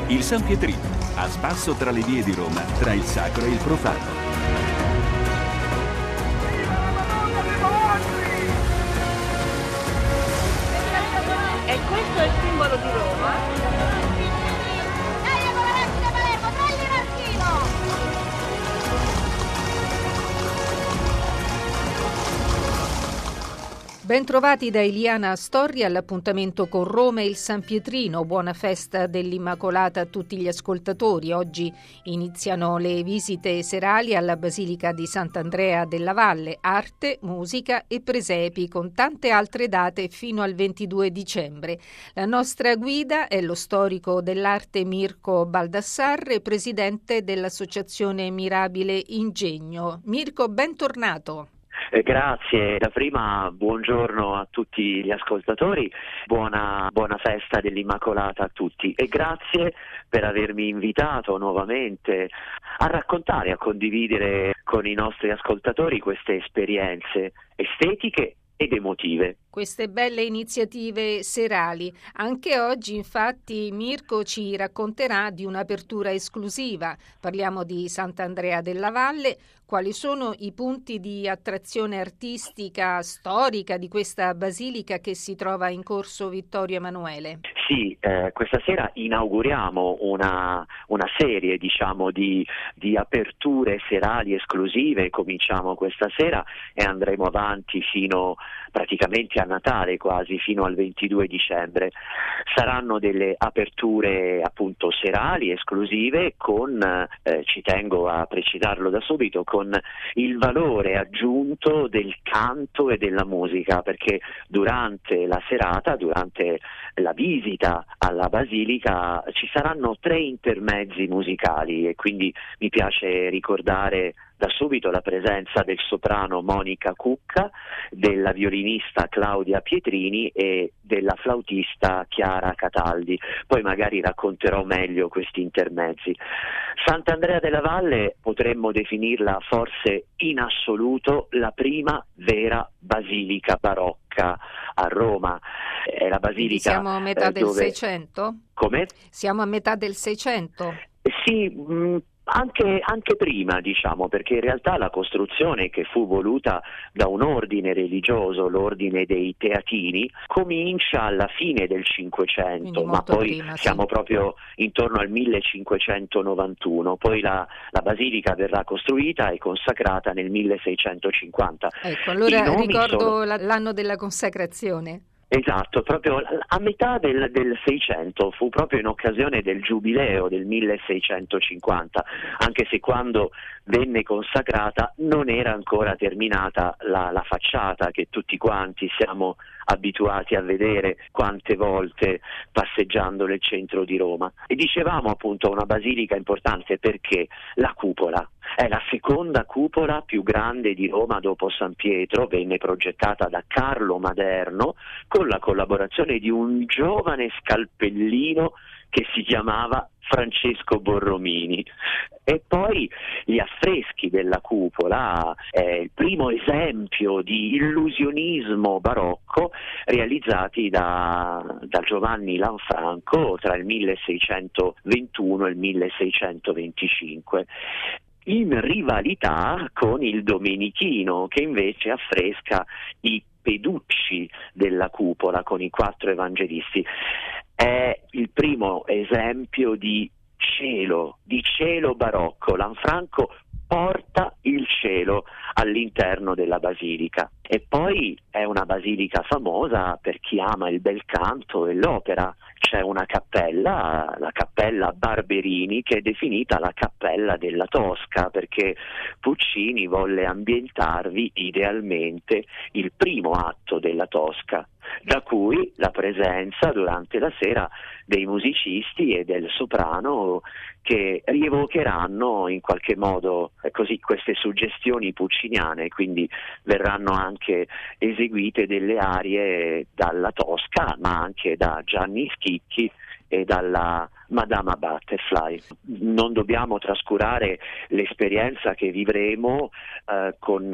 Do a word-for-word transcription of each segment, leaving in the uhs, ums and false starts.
Il San Pietrino, a spasso tra le vie di Roma, tra il sacro e il profano. E questo è il simbolo di Roma. Bentrovati da Eliana Storri all'appuntamento con Roma e il San Pietrino. Buona festa dell'Immacolata a tutti gli ascoltatori. Oggi iniziano le visite serali alla Basilica di Sant'Andrea della Valle, arte, musica e presepi, con tante altre date fino al ventidue dicembre. La nostra guida è lo storico dell'arte Mirko Baldassarre, presidente dell'Associazione Mirabile Ingegno. Mirko, bentornato. Eh, grazie, da prima buongiorno a tutti gli ascoltatori, buona, buona festa dell'Immacolata a tutti e grazie per avermi invitato nuovamente a raccontare, a condividere con i nostri ascoltatori queste esperienze estetiche ed emotive. Queste belle iniziative serali. Anche oggi, infatti, Mirko ci racconterà di un'apertura esclusiva. Parliamo di Sant'Andrea della Valle. Quali sono i punti di attrazione artistica, storica di questa basilica che si trova in corso Vittorio Emanuele? Sì, eh, questa sera inauguriamo una, una serie, diciamo, di, di aperture serali esclusive. Cominciamo questa sera e andremo avanti fino praticamente a Natale, quasi fino al ventidue dicembre. Saranno delle aperture appunto serali esclusive con, eh, ci tengo a precisarlo da subito, con il valore aggiunto del canto e della musica, perché durante la serata, durante la visita alla Basilica ci saranno tre intermezzi musicali e quindi mi piace ricordare da subito la presenza del soprano Monica Cucca, della violinista Claudia Pietrini e della flautista Chiara Cataldi. Poi magari racconterò meglio questi intermezzi. Sant'Andrea della Valle potremmo definirla forse in assoluto la prima vera basilica barocca a Roma. È la basilica. Quindi siamo a metà eh, del dove... Seicento? Come? Siamo a metà del Seicento? Sì, mh, Anche, anche prima, diciamo, perché in realtà la costruzione, che fu voluta da un ordine religioso, l'ordine dei Teatini, comincia alla fine del Cinquecento, ma poi prima, siamo sì. proprio intorno al millecinquecentonovantuno. Poi la, la basilica verrà costruita e consacrata nel milleseicentocinquanta. Ecco, allora I nomi ricordo sono... la- l'anno della consacrazione. Esatto, proprio a metà del, del Seicento, fu proprio in occasione del giubileo del milleseicentocinquanta, anche se quando venne consacrata non era ancora terminata la, la facciata che tutti quanti siamo abituati a vedere quante volte passeggiando nel centro di Roma. E dicevamo appunto una basilica importante perché la cupola è la seconda cupola più grande di Roma dopo San Pietro, venne progettata da Carlo Maderno con la collaborazione di un giovane scalpellino che si chiamava Francesco Borromini. E poi gli affreschi della cupola è il primo esempio di illusionismo barocco realizzati da, da Giovanni Lanfranco tra il milleseicentoventuno e il milleseicentoventicinque, in rivalità con il Domenichino, che invece affresca i peducci della cupola con i quattro evangelisti. È il primo esempio di cielo, di cielo barocco. Lanfranco porta il cielo all'interno della basilica. E poi è una basilica famosa per chi ama il bel canto e l'opera. C'è una cappella, la cappella Barberini, che è definita la cappella della Tosca, perché Puccini volle ambientarvi idealmente il primo atto della Tosca, da cui la presenza durante la sera dei musicisti e del soprano che rievocheranno in qualche modo eh, così queste suggestioni pucciniane, quindi verranno anche eseguite delle arie dalla Tosca, ma anche da Gianni Schicchi e dalla Madama Butterfly. Non dobbiamo trascurare l'esperienza che vivremo eh, con,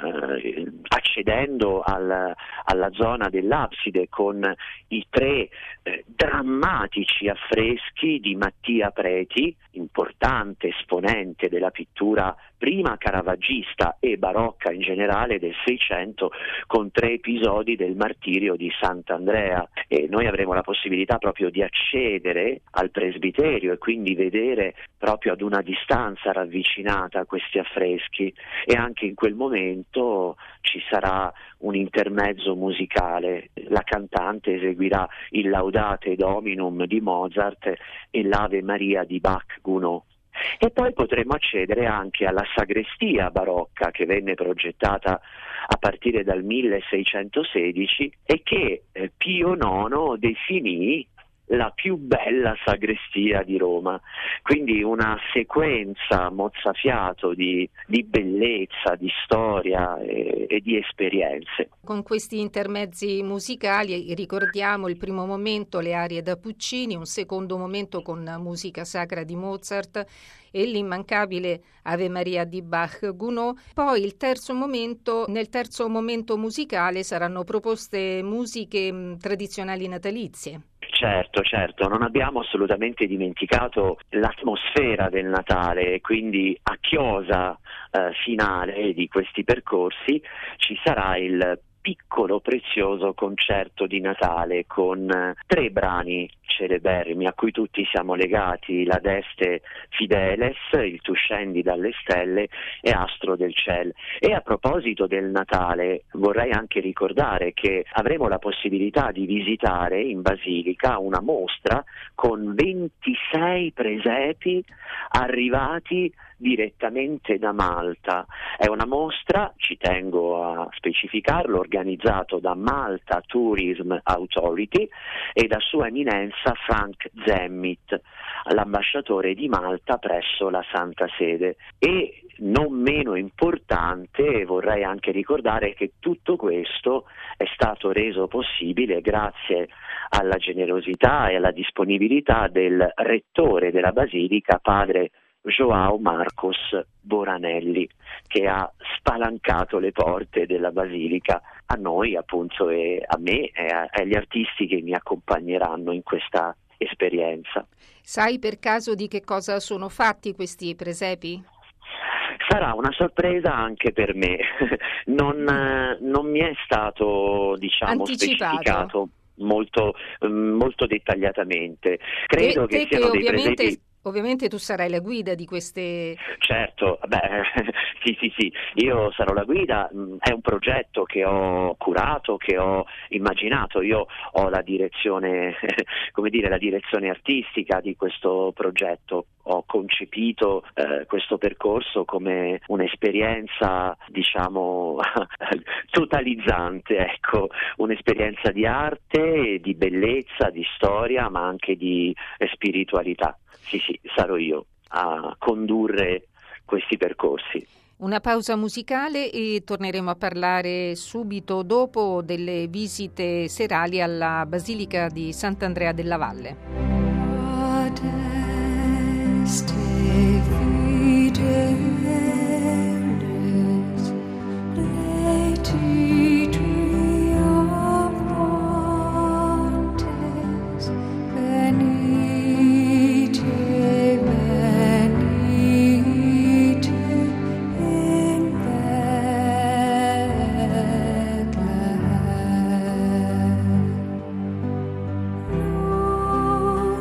eh, accedendo al, alla zona dell'abside con i tre eh, drammatici affreschi di Mattia Preti, importante esponente della pittura prima caravaggista e barocca in generale del Seicento, con tre episodi del martirio di Sant'Andrea, e noi avremo la possibilità proprio di accedere al presbiterio e quindi vedere proprio ad una distanza ravvicinata questi affreschi, e anche in quel momento ci sarà un intermezzo musicale. La cantante eseguirà il Laudate Dominum di Mozart e l'Ave Maria di Bach-Gounod. E poi potremo accedere anche alla sagrestia barocca, che venne progettata a partire dal milleseicentosedici e che eh, Pio nono definì la più bella sagrestia di Roma. Quindi una sequenza mozzafiato di, di bellezza, di storia e, e di esperienze. Con questi intermezzi musicali ricordiamo il primo momento le arie da Puccini, un secondo momento con musica sacra di Mozart e l'immancabile Ave Maria di Bach-Gounod. Poi il terzo momento, nel terzo momento musicale saranno proposte musiche mh, tradizionali natalizie. Certo, certo, non abbiamo assolutamente dimenticato l'atmosfera del Natale, e quindi a chiosa eh, finale di questi percorsi ci sarà il piccolo prezioso concerto di Natale con eh, tre brani celeberrimi a cui tutti siamo legati: l'Adeste Fideles, il Tu scendi dalle stelle e Astro del ciel. E a proposito del Natale vorrei anche ricordare che avremo la possibilità di visitare in Basilica una mostra con ventisei presepi arrivati direttamente da Malta. È una mostra, ci tengo a specificarlo, organizzato da Malta Tourism Authority e da Sua Eminenza Frank Zemmit, l'ambasciatore di Malta presso la Santa Sede. E non meno importante, vorrei anche ricordare che tutto questo è stato reso possibile grazie alla generosità e alla disponibilità del rettore della Basilica, padre João Marcos Boranelli, che ha spalancato le porte della Basilica a noi, appunto, e a me e agli artisti che mi accompagneranno in questa esperienza. Sai per caso di che cosa sono fatti questi presepi? Sarà una sorpresa anche per me, non, non mi è stato, diciamo, anticipato, specificato molto, molto dettagliatamente. Credo te, che te siano che dei ovviamente... presepi. Ovviamente tu sarai la guida di queste... Certo, beh, sì, sì, sì, io sarò la guida, è un progetto che ho curato, che ho immaginato, io ho la direzione, come dire, la direzione artistica di questo progetto, ho concepito eh, questo percorso come un'esperienza, diciamo, totalizzante, ecco, un'esperienza di arte, di bellezza, di storia, ma anche di spiritualità. Sì, sì, sarò io a condurre questi percorsi. Una pausa musicale e torneremo a parlare subito dopo delle visite serali alla Basilica di Sant'Andrea della Valle. Oh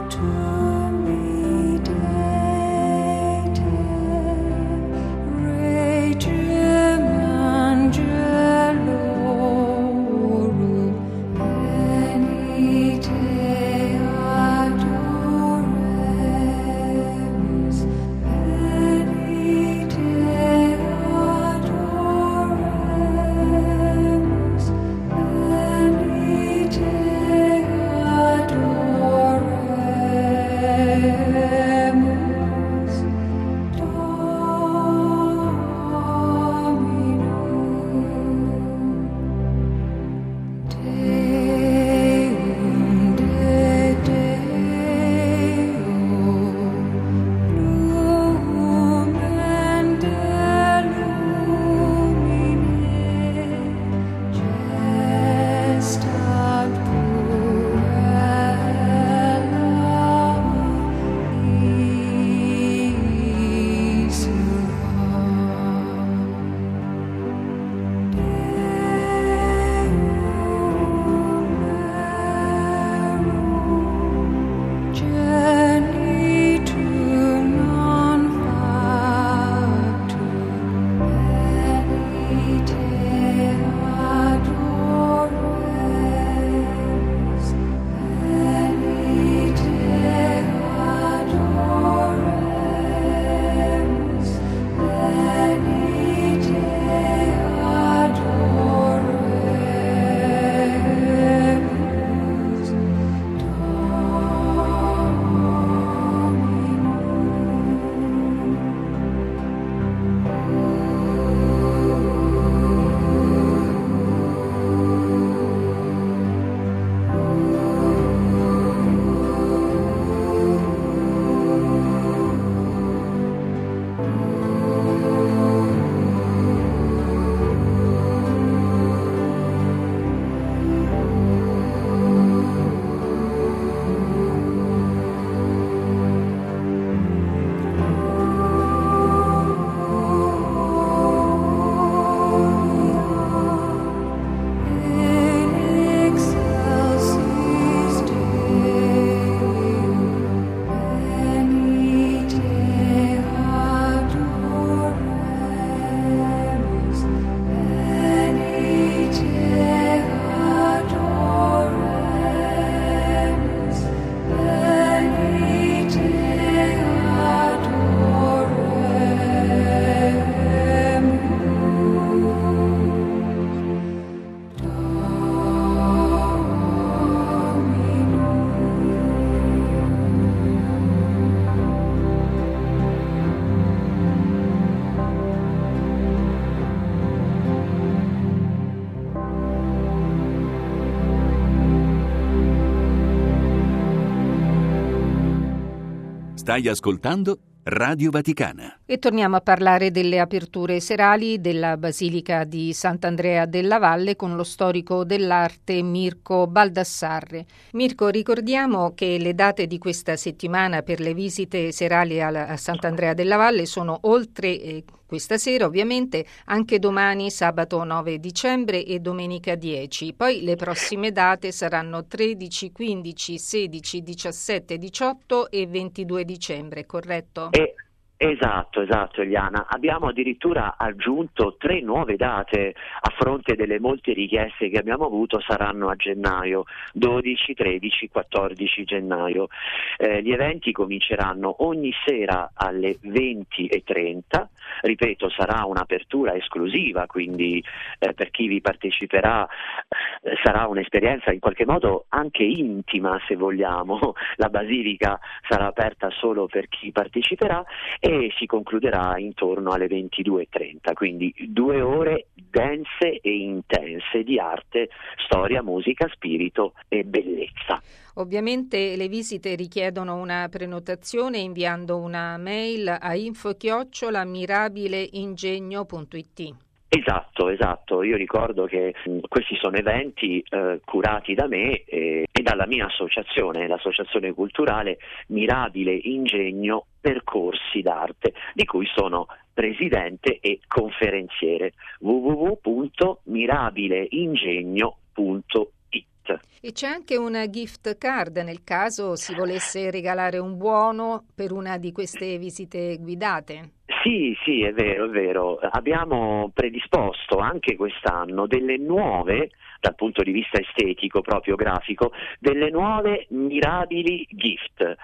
Stai ascoltando Radio Vaticana. E torniamo a parlare delle aperture serali della Basilica di Sant'Andrea della Valle con lo storico dell'arte Mirko Baldassarre. Mirko, ricordiamo che le date di questa settimana per le visite serali a Sant'Andrea della Valle sono oltre eh, questa sera ovviamente anche domani sabato nove dicembre e domenica dieci. Poi le prossime date saranno tredici, quindici, sedici, diciassette, diciotto e ventidue dicembre, corretto? E... Esatto, esatto Eliana. Abbiamo addirittura aggiunto tre nuove date a fronte delle molte richieste che abbiamo avuto, saranno a gennaio, dodici, tredici, quattordici gennaio. Eh, gli eventi cominceranno ogni sera alle venti e trenta, ripeto sarà un'apertura esclusiva, quindi eh, per chi vi parteciperà eh, sarà un'esperienza in qualche modo anche intima se vogliamo, la Basilica sarà aperta solo per chi parteciperà e e si concluderà intorno alle ventidue e trenta, quindi due ore dense e intense di arte, storia, musica, spirito e bellezza. Ovviamente le visite richiedono una prenotazione inviando una mail a info chiocciola mirabileingegno punto it. Esatto, esatto. Io ricordo che mh, questi sono eventi eh, curati da me e, e dalla mia associazione, l'associazione culturale Mirabile Ingegno Percorsi d'Arte, di cui sono presidente e conferenziere. w w w punto mirabileingegno punto it. E c'è anche una gift card nel caso si volesse regalare un buono per una di queste visite guidate. Sì, sì, è vero, è vero. Abbiamo predisposto anche quest'anno delle nuove, dal punto di vista estetico, proprio grafico, delle nuove mirabili gift.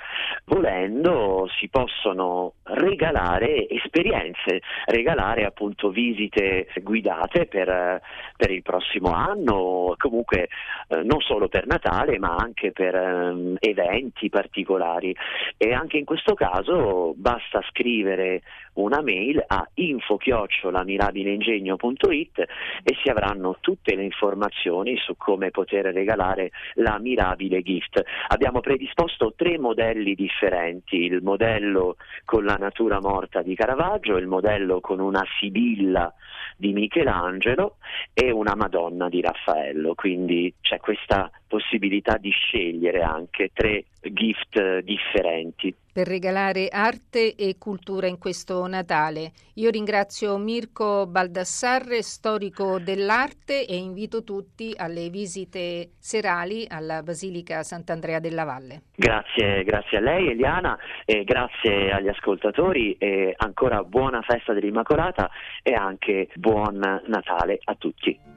Volendo si possono regalare esperienze, regalare appunto visite guidate per, per il prossimo anno, comunque eh, non solo per Natale ma anche per um, eventi particolari. E anche in questo caso basta scrivere una mail a info chiocciola mirabileingegno punto it e si avranno tutte le informazioni su come poter regalare la mirabile gift. Abbiamo predisposto tre modelli differenti: il modello con la natura morta di Caravaggio, il modello con una Sibilla di Michelangelo e una Madonna di Raffaello, quindi c'è questa possibilità di scegliere anche tre gift differenti. Per regalare arte e cultura in questo Natale. Io ringrazio Mirko Baldassarre, storico dell'arte, e invito tutti alle visite serali alla Basilica Sant'Andrea della Valle. Grazie, grazie a lei Eliana e grazie agli ascoltatori e ancora buona festa dell'Immacolata e anche buon Natale a tutti.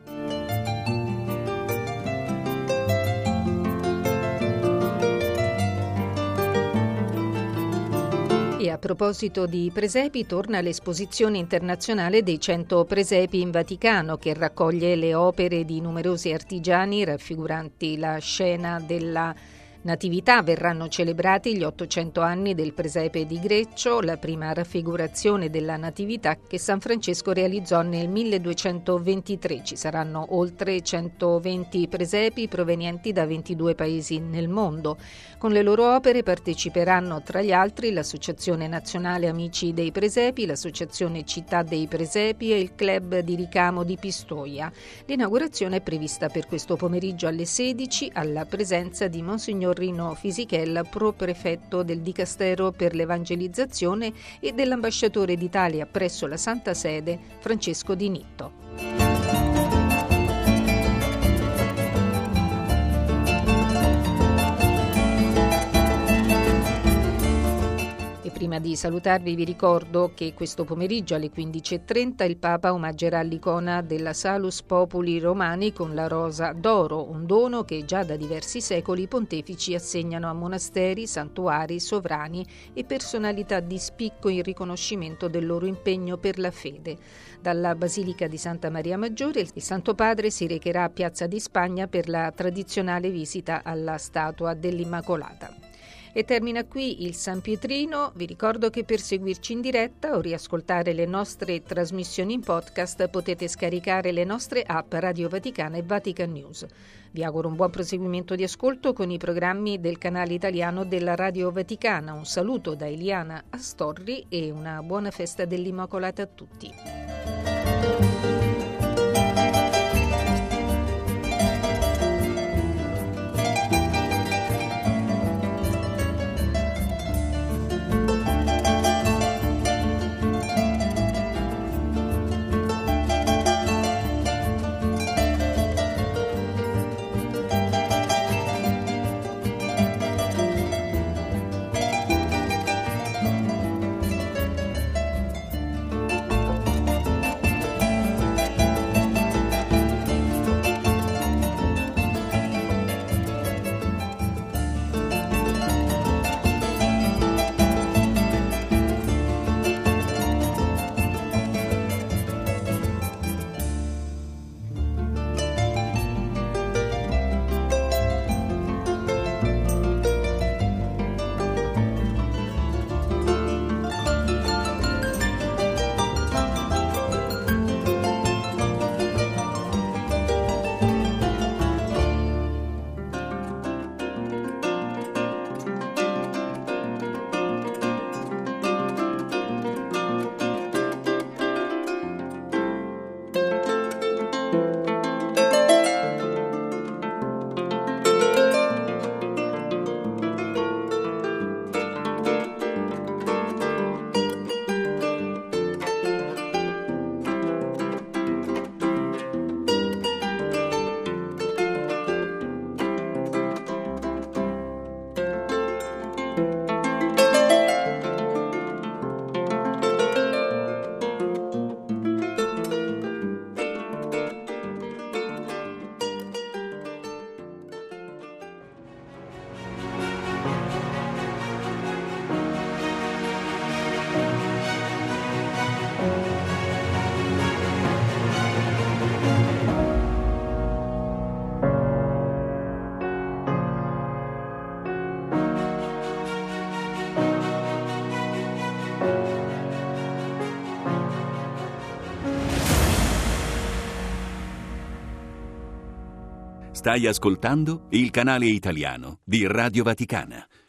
E a proposito di presepi, torna l'esposizione internazionale dei cento presepi in Vaticano, che raccoglie le opere di numerosi artigiani raffiguranti la scena della Natività. Verranno celebrati gli ottocento anni del presepe di Greccio, la prima raffigurazione della Natività che San Francesco realizzò nel milleduecentoventitré. Ci saranno oltre centoventi presepi provenienti da ventidue paesi nel mondo. Con le loro opere parteciperanno tra gli altri l'Associazione Nazionale Amici dei Presepi, l'Associazione Città dei Presepi e il Club di Ricamo di Pistoia. L'inaugurazione è prevista per questo pomeriggio alle sedici alla presenza di Monsignor Rino Fisichella, pro-prefetto del Dicastero per l'Evangelizzazione, e dell'ambasciatore d'Italia presso la Santa Sede, Francesco Di Nitto. Prima di salutarvi vi ricordo che questo pomeriggio alle quindici e trenta il Papa omaggerà l'icona della Salus Populi Romani con la Rosa d'Oro, un dono che già da diversi secoli i pontefici assegnano a monasteri, santuari, sovrani e personalità di spicco in riconoscimento del loro impegno per la fede. Dalla Basilica di Santa Maria Maggiore il Santo Padre si recherà a Piazza di Spagna per la tradizionale visita alla statua dell'Immacolata. E termina qui il San Pietrino. Vi ricordo che per seguirci in diretta o riascoltare le nostre trasmissioni in podcast potete scaricare le nostre app Radio Vaticana e Vatican News. Vi auguro un buon proseguimento di ascolto con i programmi del canale italiano della Radio Vaticana. Un saluto da Eliana Astorri e una buona festa dell'Immacolata a tutti. Stai ascoltando il canale italiano di Radio Vaticana.